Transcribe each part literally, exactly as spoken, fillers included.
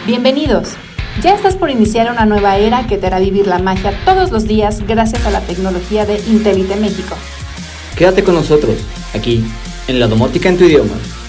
Bienvenidos. Ya estás por iniciar una nueva era que te hará vivir la magia todos los días gracias a la tecnología de Intelite México. Quédate con nosotros, aquí, en la domótica en tu idioma.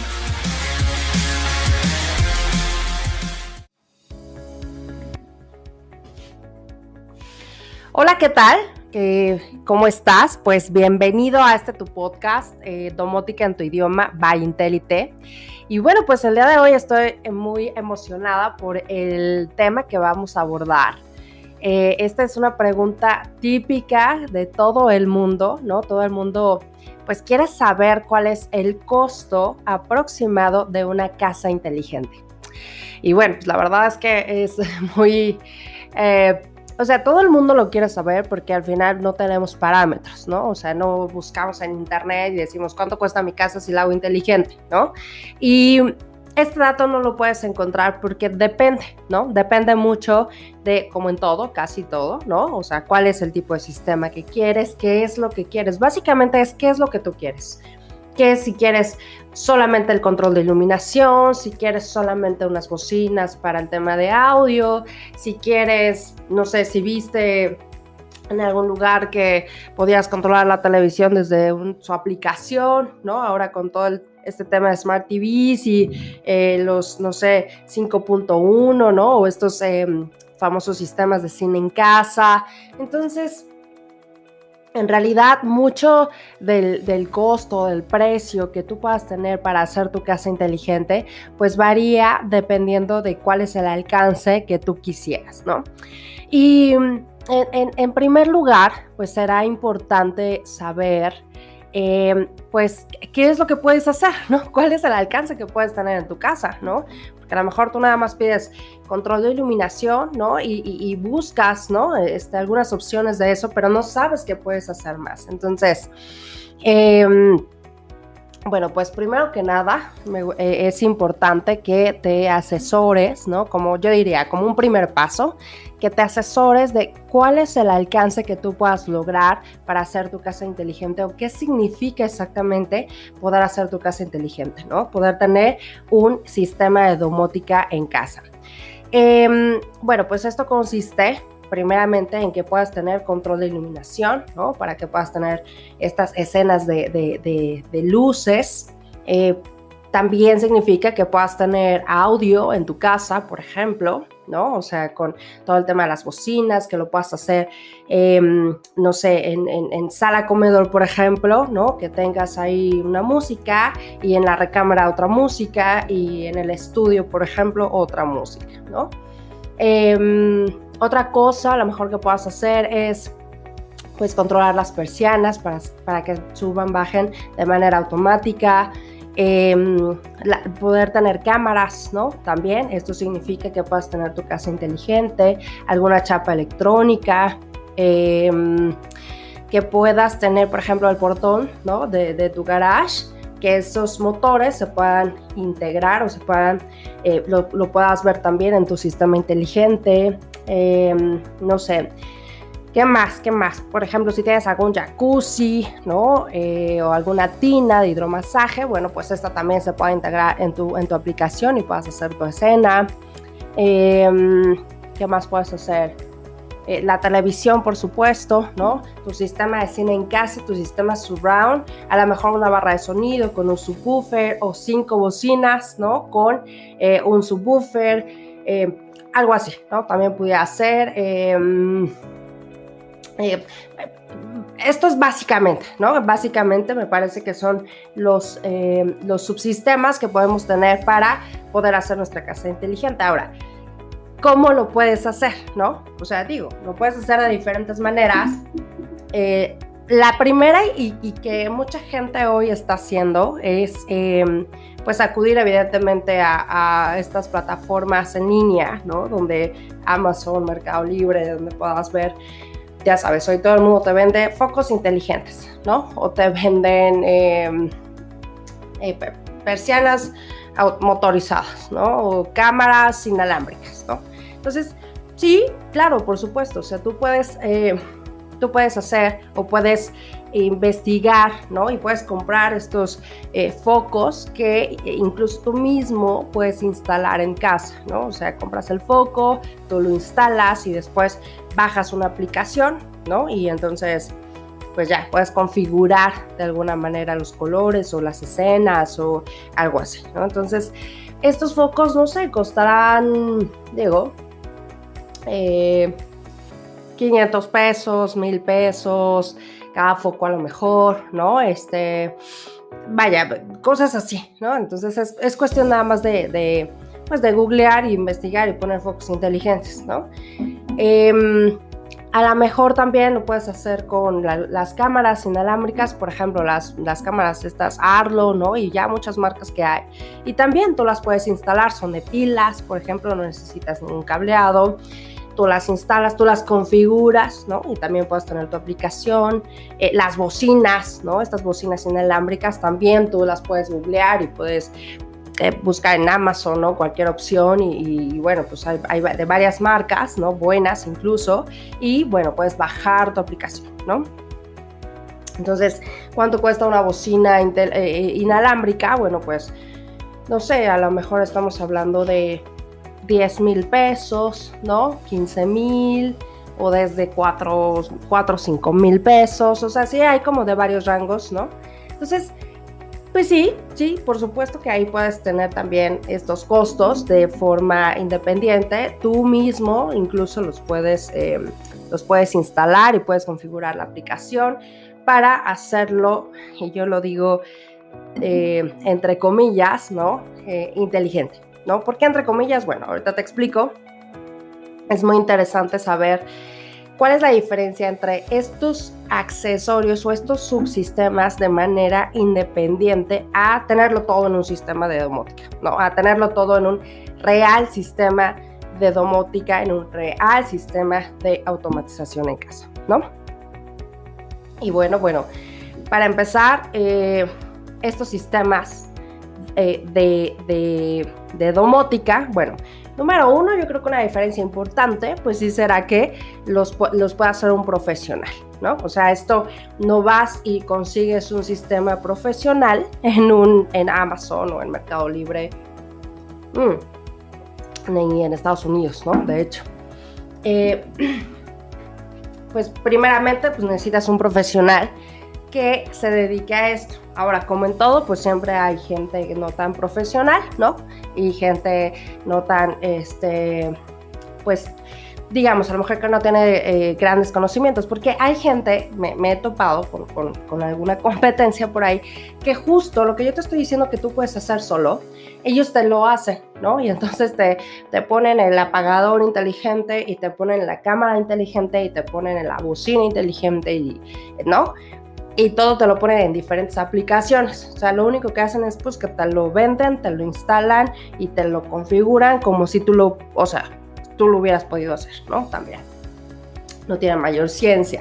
Hola, ¿qué tal? Eh, ¿Cómo estás? Pues bienvenido a este tu podcast, eh, Domótica en tu idioma, by Intelite. Y bueno, pues el día de hoy estoy muy emocionada por el tema que vamos a abordar. Eh, esta es una pregunta típica de todo el mundo, ¿no? Todo el mundo pues quiere saber cuál es el costo aproximado de una casa inteligente. Y bueno, pues la verdad es que es muy... Eh, O sea, todo el mundo lo quiere saber porque al final no tenemos parámetros, ¿no? O sea, no buscamos en internet y decimos cuánto cuesta mi casa si la hago inteligente, ¿no? Y este dato no lo puedes encontrar porque depende, ¿no? Depende mucho de, como en todo, casi todo, ¿no? O sea, cuál es el tipo de sistema que quieres, qué es lo que quieres. Básicamente es qué es lo que tú quieres. Que si quieres solamente el control de iluminación, si quieres solamente unas bocinas para el tema de audio, si quieres, no sé, si viste en algún lugar que podías controlar la televisión desde un, su aplicación, ¿no? Ahora con todo el, este tema de Smart T Vs y eh, los, no sé, cinco punto uno, ¿no? O estos eh, famosos sistemas de cine en casa. Entonces, en realidad, mucho del, del costo, del precio que tú puedas tener para hacer tu casa inteligente, pues varía dependiendo de cuál es el alcance que tú quisieras, ¿no? Y en, en, en primer lugar, pues será importante saber, eh, pues, qué es lo que puedes hacer, ¿no? ¿Cuál es el alcance que puedes tener en tu casa, ¿no? Porque a lo mejor tú nada más pides control de iluminación, ¿no? Y, y, y buscas, ¿no? Este, algunas opciones de eso, pero no sabes que puedes hacer más. Entonces, eh, bueno, pues primero que nada, me, eh, es importante que te asesores, ¿no? Como yo diría, como un primer paso, que te asesores de cuál es el alcance que tú puedas lograr para hacer tu casa inteligente o qué significa exactamente poder hacer tu casa inteligente, ¿no? Poder tener un sistema de domótica en casa. Eh, bueno, pues esto consiste primeramente en que puedas tener control de iluminación, ¿no? Para que puedas tener estas escenas de, de, de, de luces. Eh, también significa que puedas tener audio en tu casa, por ejemplo, ¿no? O sea, con todo el tema de las bocinas, que lo puedas hacer, eh, no sé, en, en, en sala comedor, por ejemplo, ¿no? Que tengas ahí una música y en la recámara otra música y en el estudio, por ejemplo, otra música, ¿no? Eh, otra cosa, a lo mejor que puedas hacer es pues controlar las persianas para, para que suban, bajen de manera automática. Eh, la, poder tener cámaras, ¿no? También esto significa que puedas tener tu casa inteligente, alguna chapa electrónica, eh, que puedas tener, por ejemplo, el portón, ¿no? de, de tu garage, que esos motores se puedan integrar o se puedan, eh, lo, lo puedas ver también en tu sistema inteligente, eh, no sé. ¿Qué más? ¿Qué más? Por ejemplo, si tienes algún jacuzzi, ¿no? Eh, o alguna tina de hidromasaje, bueno, pues esta también se puede integrar en tu, en tu aplicación y puedes hacer tu escena. Eh, ¿Qué más puedes hacer? Eh, la televisión, por supuesto, ¿no? Tu sistema de cine en casa, tu sistema surround, a lo mejor una barra de sonido con un subwoofer o cinco bocinas, ¿no? Con eh, un subwoofer, eh, algo así, ¿no? También pudiera hacer... Eh, Eh, esto es básicamente, ¿no? Básicamente me parece que son los, eh, los subsistemas que podemos tener para poder hacer nuestra casa inteligente. Ahora, ¿cómo lo puedes hacer, no? O sea, digo, lo puedes hacer de diferentes maneras. Eh, la primera y, y que mucha gente hoy está haciendo es, eh, pues, acudir evidentemente a, a estas plataformas en línea, ¿no? Donde Amazon, Mercado Libre, donde puedas ver. Ya sabes, hoy todo el mundo te vende focos inteligentes, ¿no? O te venden eh, eh, persianas motorizadas, ¿no? O cámaras inalámbricas, ¿no? Entonces, sí, claro, por supuesto. O sea, tú puedes eh, tú puedes hacer o puedes investigar, ¿no? Y puedes comprar estos eh, focos que incluso tú mismo puedes instalar en casa, ¿no? O sea, compras el foco, tú lo instalas y después bajas una aplicación, ¿no? Y entonces, pues ya, puedes configurar de alguna manera los colores o las escenas o algo así, ¿no? Entonces, estos focos, no sé, costarán, digo, eh, quinientos pesos, mil pesos, cada foco a lo mejor, ¿no? Este, vaya, cosas así, ¿no? Entonces es, es cuestión nada más de, de, pues de googlear e investigar y poner focos inteligentes, ¿no? Eh, a lo mejor también lo puedes hacer con la, las cámaras inalámbricas, por ejemplo, las, las cámaras estas Arlo, ¿no? Y ya muchas marcas que hay. Y también tú las puedes instalar, son de pilas, por ejemplo, no necesitas ningún cableado. Tú las instalas, tú las configuras, ¿no? Y también puedes tener tu aplicación. Eh, las bocinas, ¿no? Estas bocinas inalámbricas también tú las puedes googlear y puedes eh, buscar en Amazon, ¿no? Cualquier opción y, y bueno, pues hay, hay de varias marcas, ¿no? Buenas incluso. Y bueno, puedes bajar tu aplicación, ¿no? Entonces, ¿cuánto cuesta una bocina intel, eh, inalámbrica? Bueno, pues, no sé, a lo mejor estamos hablando de diez mil pesos, ¿no? quince mil o desde cuatro o cinco mil pesos, o sea, sí hay como de varios rangos, ¿no? Entonces, pues sí, sí, por supuesto que ahí puedes tener también estos costos de forma independiente, tú mismo incluso los puedes, eh, los puedes instalar y puedes configurar la aplicación para hacerlo, y yo lo digo eh, entre comillas, ¿no? Eh, inteligente. ¿No? ¿Por qué entre comillas? Bueno, ahorita te explico. Es muy interesante saber cuál es la diferencia entre estos accesorios o estos subsistemas de manera independiente a tenerlo todo en un sistema de domótica, ¿no? A tenerlo todo en un real sistema de domótica, en un real sistema de automatización en casa, ¿no? Y bueno, bueno, para empezar, eh, estos sistemas Eh, de, de, de domótica, bueno, número uno, yo creo que una diferencia importante, pues sí será que los, los pueda hacer un profesional, ¿no? O sea, esto no vas y consigues un sistema profesional en, un, en Amazon o en Mercado Libre, mm, ni en Estados Unidos, ¿no? De hecho. Eh, pues primeramente, pues necesitas un profesional que se dedique a esto. Ahora, como en todo, pues siempre hay gente no tan profesional, ¿no? Y gente no tan, este, pues, digamos, a lo mejor que no tiene eh, grandes conocimientos, porque hay gente, me, me he topado con, con, con alguna competencia por ahí, que justo lo que yo te estoy diciendo que tú puedes hacer solo, ellos te lo hacen, ¿no? Y entonces te, te ponen el apagador inteligente y te ponen la cámara inteligente y te ponen la bocina inteligente, y, ¿no? Y todo te lo ponen en diferentes aplicaciones. O sea, lo único que hacen es pues que te lo venden, te lo instalan y te lo configuran como si tú lo, o sea, tú lo hubieras podido hacer, ¿no? También. No tiene mayor ciencia.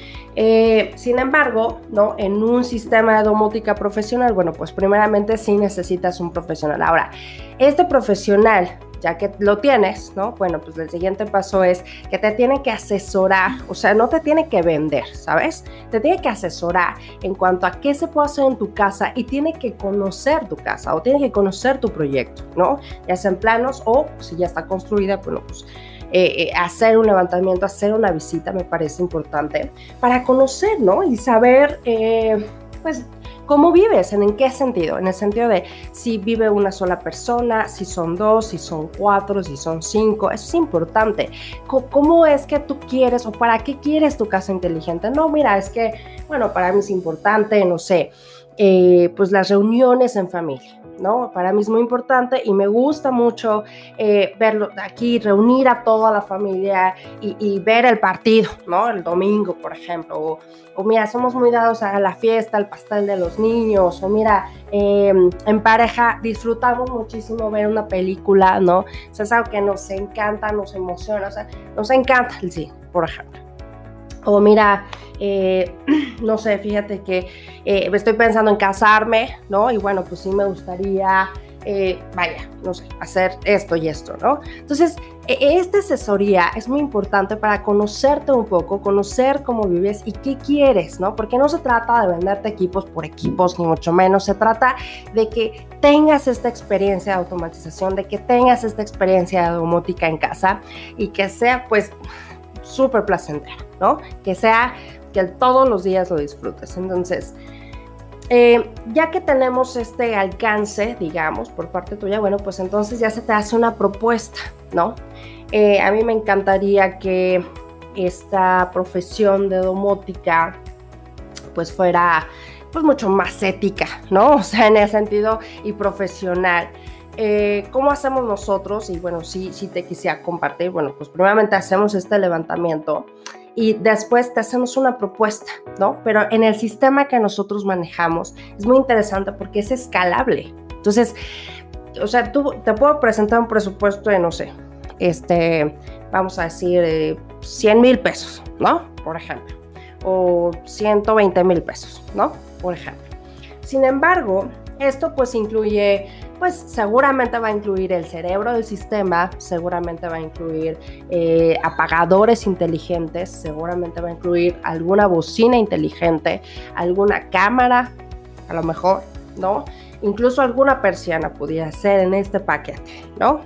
Eh, sin embargo, ¿no? En un sistema de domótica profesional, bueno, pues primeramente sí necesitas un profesional. Ahora, este profesional, ya que lo tienes, ¿no? Bueno, pues el siguiente paso es que te tiene que asesorar, o sea, no te tiene que vender, ¿sabes? Te tiene que asesorar en cuanto a qué se puede hacer en tu casa y tiene que conocer tu casa o tiene que conocer tu proyecto, ¿no? Ya sea en planos o si ya está construida, bueno, pues eh, eh, hacer un levantamiento, hacer una visita me parece importante para conocer, ¿no? Y saber, eh, pues, ¿cómo vives? ¿En qué sentido? En el sentido de si vive una sola persona, si son dos, si son cuatro, si son cinco. Eso es importante. ¿Cómo es que tú quieres o para qué quieres tu casa inteligente? No, mira, es que, bueno, para mí es importante, no sé, eh, pues las reuniones en familia, ¿no? Para mí es muy importante y me gusta mucho eh, verlo aquí, reunir a toda la familia y, y ver el partido, ¿no? El domingo, por ejemplo. O, o mira, somos muy dados a la fiesta, al pastel de los niños. O mira, eh, en pareja disfrutamos muchísimo ver una película, ¿no? O sea, es algo que nos encanta, nos emociona. O sea, nos encanta el cine, por ejemplo. O mira, eh, no sé, fíjate que eh, estoy pensando en casarme, ¿no? Y bueno, pues sí me gustaría eh, vaya, no sé, hacer esto y esto, ¿no? Entonces, esta asesoría es muy importante para conocerte un poco, conocer cómo vives y qué quieres, ¿no? Porque no se trata de venderte equipos por equipos, ni mucho menos. Se trata de que tengas esta experiencia de automatización, de que tengas esta experiencia de domótica en casa y que sea, pues, súper placentera, ¿no? Que sea, que todos los días lo disfrutes. Entonces, Eh, ya que tenemos este alcance, digamos, por parte tuya, bueno, pues entonces ya se te hace una propuesta, ¿no? Eh, a mí me encantaría que esta profesión de domótica pues fuera pues mucho más ética, ¿no? O sea, en ese sentido y profesional. Eh, ¿Cómo hacemos nosotros? Y bueno, sí, sí te quisiera compartir. Bueno, pues primeramente hacemos este levantamiento y después te hacemos una propuesta, ¿no? Pero en el sistema que nosotros manejamos es muy interesante porque es escalable. Entonces, o sea, tú te puedo presentar un presupuesto de, no sé, este, vamos a decir, eh, cien mil pesos, ¿no? Por ejemplo, o ciento veinte mil pesos, ¿no? Por ejemplo. Sin embargo, esto pues incluye, pues seguramente va a incluir el cerebro del sistema, seguramente va a incluir eh, apagadores inteligentes, seguramente va a incluir alguna bocina inteligente, alguna cámara, a lo mejor, ¿no? Incluso alguna persiana pudiera ser en este paquete, ¿no?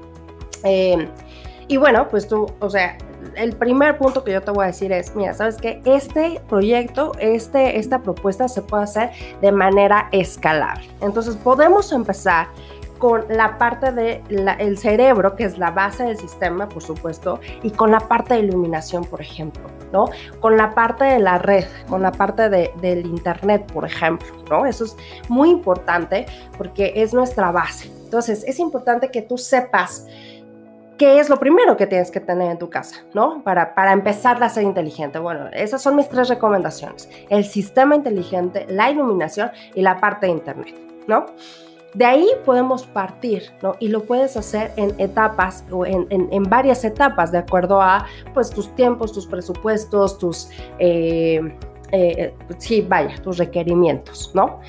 Eh, y bueno, pues tú, o sea, el primer punto que yo te voy a decir es, mira, ¿sabes qué? Este proyecto, este, esta propuesta se puede hacer de manera escalable. Entonces, podemos empezar con la parte del cerebro, que es la base del sistema, por supuesto, y con la parte de iluminación, por ejemplo, ¿no? Con la parte de la red, con la parte de, del internet, por ejemplo, ¿no? Eso es muy importante porque es nuestra base. Entonces, es importante que tú sepas ¿qué es lo primero que tienes que tener en tu casa, ¿no? Para, para empezar a ser inteligente. Bueno, esas son mis tres recomendaciones. El sistema inteligente, la iluminación y la parte de internet, ¿no? De ahí podemos partir, ¿no? Y lo puedes hacer en etapas o en, en, en varias etapas, de acuerdo a, pues, tus tiempos, tus presupuestos, tus... Eh, eh, sí, vaya, tus requerimientos, ¿no?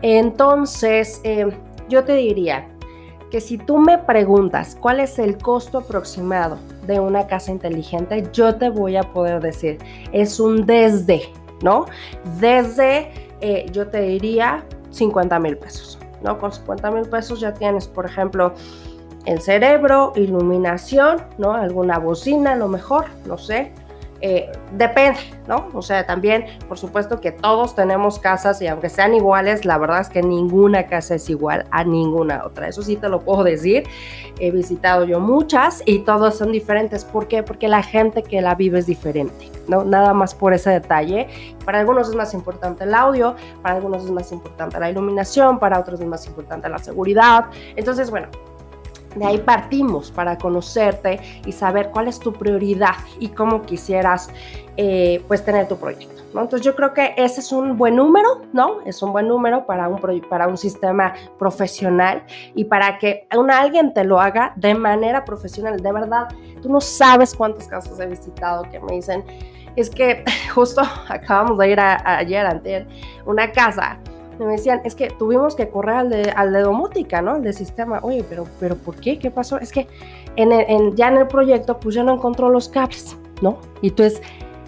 Entonces, eh, yo te diría que si tú me preguntas cuál es el costo aproximado de una casa inteligente, yo te voy a poder decir, es un desde, ¿no? Desde, eh, yo te diría cincuenta mil pesos, ¿no? Con cincuenta mil pesos ya tienes, por ejemplo, el cerebro, iluminación, ¿no? Alguna bocina, a lo mejor, no sé. Eh, depende, ¿no? O sea, también, por supuesto que todos tenemos casas y aunque sean iguales, la verdad es que ninguna casa es igual a ninguna otra. Eso sí te lo puedo decir. He visitado yo muchas y todas son diferentes. ¿Por qué? Porque la gente que la vive es diferente, ¿no? Nada más por ese detalle. Para algunos es más importante el audio, para algunos es más importante la iluminación, para otros es más importante la seguridad. Entonces, bueno, de ahí partimos para conocerte y saber cuál es tu prioridad y cómo quisieras eh, pues tener tu proyecto, ¿no? Entonces yo creo que ese es un buen número, ¿no? Es un buen número para un, para un sistema profesional y para que una, alguien te lo haga de manera profesional. De verdad, tú no sabes cuántas casas he visitado que me dicen, es que justo acabamos de ir a, a ayer, antier, una casa. Me decían, es que tuvimos que correr al de, al de domótica, ¿no? Al de sistema. Oye, pero, pero ¿por qué? ¿Qué pasó? Es que en el, en, ya en el proyecto, pues ya no encontró los cables, ¿no? Y entonces,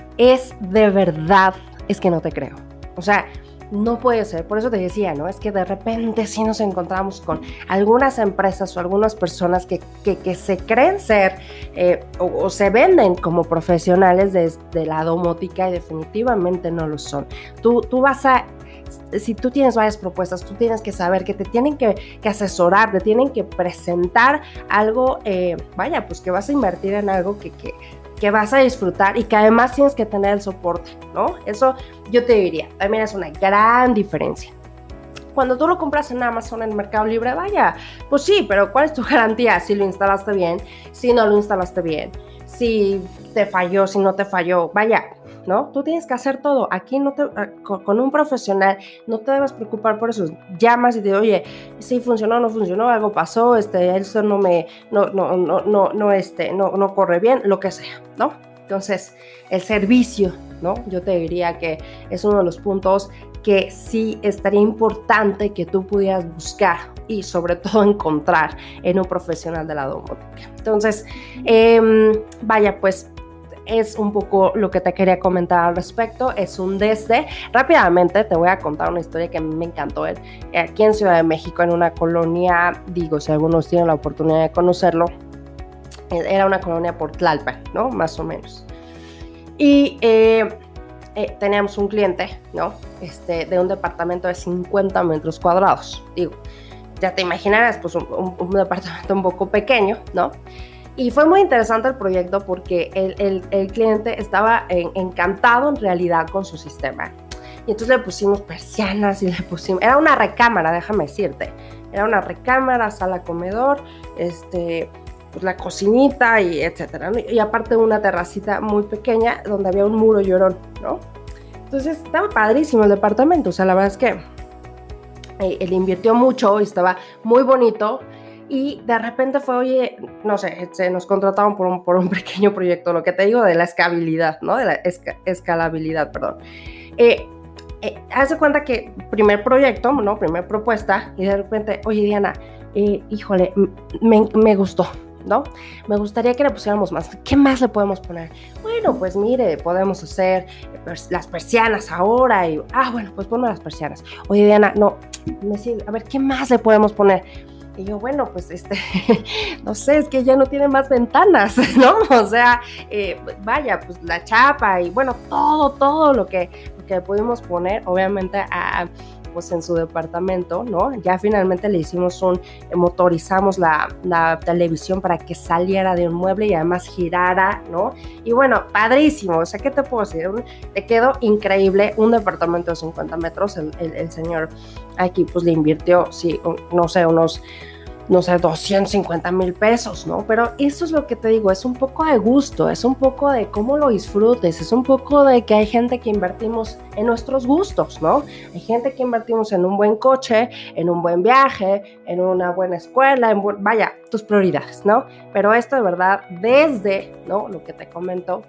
es de verdad, es que no te creo. O sea, no puede ser. Por eso te decía, ¿no? Es que de repente sí nos encontramos con algunas empresas o algunas personas que, que, que se creen ser eh, o, o se venden como profesionales de, de la domótica y definitivamente no lo son. Tú, tú vas a... Si tú tienes varias propuestas, tú tienes que saber que te tienen que, que asesorar, te tienen que presentar algo, eh, vaya, pues que vas a invertir en algo que, que, que vas a disfrutar y que además tienes que tener el soporte, ¿no? Eso yo te diría, también es una gran diferencia. Cuando tú lo compras en Amazon, en Mercado Libre, vaya, pues sí, pero ¿cuál es tu garantía? Si lo instalaste bien, si no lo instalaste bien, si te falló, si no te falló, vaya, ¿no? Tú tienes que hacer todo. Aquí no te, con un profesional no te debes preocupar por eso. Llamas y te dices, oye, sí funcionó, no funcionó, algo pasó, este, esto no me, no, no, no, no, no, este, no, no corre bien, lo que sea, ¿no? Entonces, el servicio, ¿no? Yo te diría que es uno de los puntos que sí estaría importante que tú pudieras buscar y sobre todo encontrar en un profesional de la domótica. Entonces, eh, vaya, pues es un poco lo que te quería comentar al respecto. Es un desde. Rápidamente te voy a contar una historia que a mí me encantó. Aquí en Ciudad de México, en una colonia, digo, si algunos tienen la oportunidad de conocerlo, era una colonia por Tlalpan, ¿no? Más o menos. Y eh, eh, teníamos un cliente, ¿no? Este, de un departamento de cincuenta metros cuadrados. Digo, ya te imaginarás, pues un, un, un departamento un poco pequeño, ¿no? Y fue muy interesante el proyecto porque el, el, el cliente estaba en, encantado en realidad con su sistema. Y entonces le pusimos persianas y le pusimos... Era una recámara, déjame decirte. Era una recámara, sala, comedor, este, pues la cocinita y etcétera, ¿no? Y aparte una terracita muy pequeña donde había un muro llorón, ¿no? Entonces estaba padrísimo el departamento. O sea, la verdad es que eh, él invirtió mucho y estaba muy bonito. Y de repente fue, oye, no sé, se nos contrataron por un, por un pequeño proyecto, lo que te digo de la escalabilidad, ¿no? De la esca, escalabilidad, perdón. Eh, eh, haz de cuenta que primer proyecto, ¿no? Primer propuesta, y de repente, oye, Diana, eh, híjole, me, me gustó, ¿no? Me gustaría que le pusiéramos más. ¿Qué más le podemos poner? Bueno, pues mire, podemos hacer las persianas ahora. Y, ah, bueno, pues ponme las persianas. Oye, Diana, no, me sigue, a ver, ¿qué más le podemos poner? Y yo, bueno, pues este, no sé, es que ya no tiene más ventanas, ¿no? O sea, eh, vaya, pues la chapa y bueno, todo, todo lo que, lo que pudimos poner, obviamente, a, pues en su departamento, ¿no? Ya finalmente le hicimos un, motorizamos la, la televisión para que saliera de un mueble y además girara, ¿no? Y bueno, padrísimo, o sea, ¿qué te puedo decir? Te quedó increíble, un departamento de cincuenta metros, el, el, el señor aquí pues le invirtió, sí, no sé, unos, no sé, doscientos cincuenta mil pesos, ¿no? Pero eso es lo que te digo, es un poco de gusto, es un poco de cómo lo disfrutes, es un poco de que hay gente que invertimos en nuestros gustos, ¿no? Hay gente que invertimos en un buen coche, en un buen viaje, en una buena escuela, en bu- vaya, tus prioridades, ¿no? Pero esto de verdad, desde, ¿no? Lo que te comento,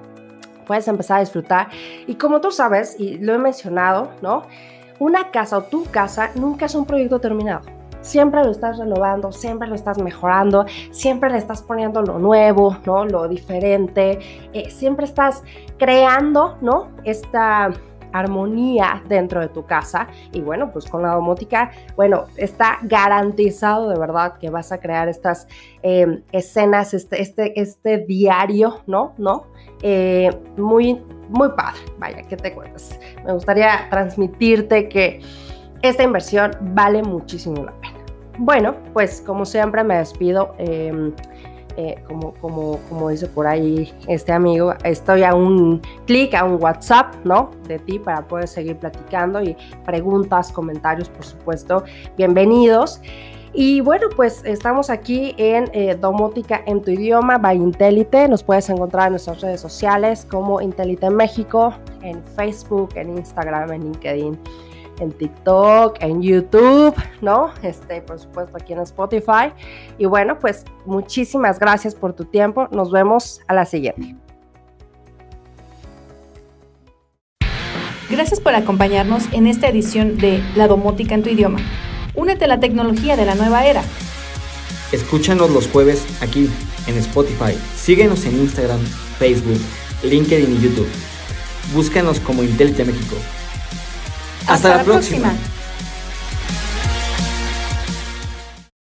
puedes empezar a disfrutar. Y como tú sabes, y lo he mencionado, ¿no? Una casa o tu casa nunca es un proyecto terminado. Siempre lo estás renovando, siempre lo estás mejorando, siempre le estás poniendo lo nuevo, ¿no? Lo diferente, eh, siempre estás creando, ¿no? Esta armonía dentro de tu casa. Y bueno, pues con la domótica, bueno, está garantizado de verdad que vas a crear estas eh, escenas, este, este, este diario, ¿no? ¿No? Eh, muy Muy padre, vaya, ¿qué te cuentas? Me gustaría transmitirte que esta inversión vale muchísimo la pena. Bueno, pues como siempre me despido, eh, eh, como, como, como dice por ahí este amigo, estoy a un clic, a un WhatsApp, ¿no? De ti para poder seguir platicando y preguntas, comentarios, por supuesto, bienvenidos. Y bueno, pues estamos aquí en eh, Domótica en tu idioma by Intellite. Nos puedes encontrar en nuestras redes sociales como Intellite México, en Facebook, en Instagram, en LinkedIn, en TikTok, en YouTube, ¿no? Este, por supuesto aquí en Spotify. Y bueno, pues muchísimas gracias por tu tiempo. Nos vemos a la siguiente. Gracias por acompañarnos en esta edición de La Domótica en tu idioma. Únete a la tecnología de la nueva era. Escúchanos los jueves aquí en Spotify. Síguenos en Instagram, Facebook, LinkedIn y YouTube. Búscanos como Intellite México. Hasta, Hasta la próxima. próxima.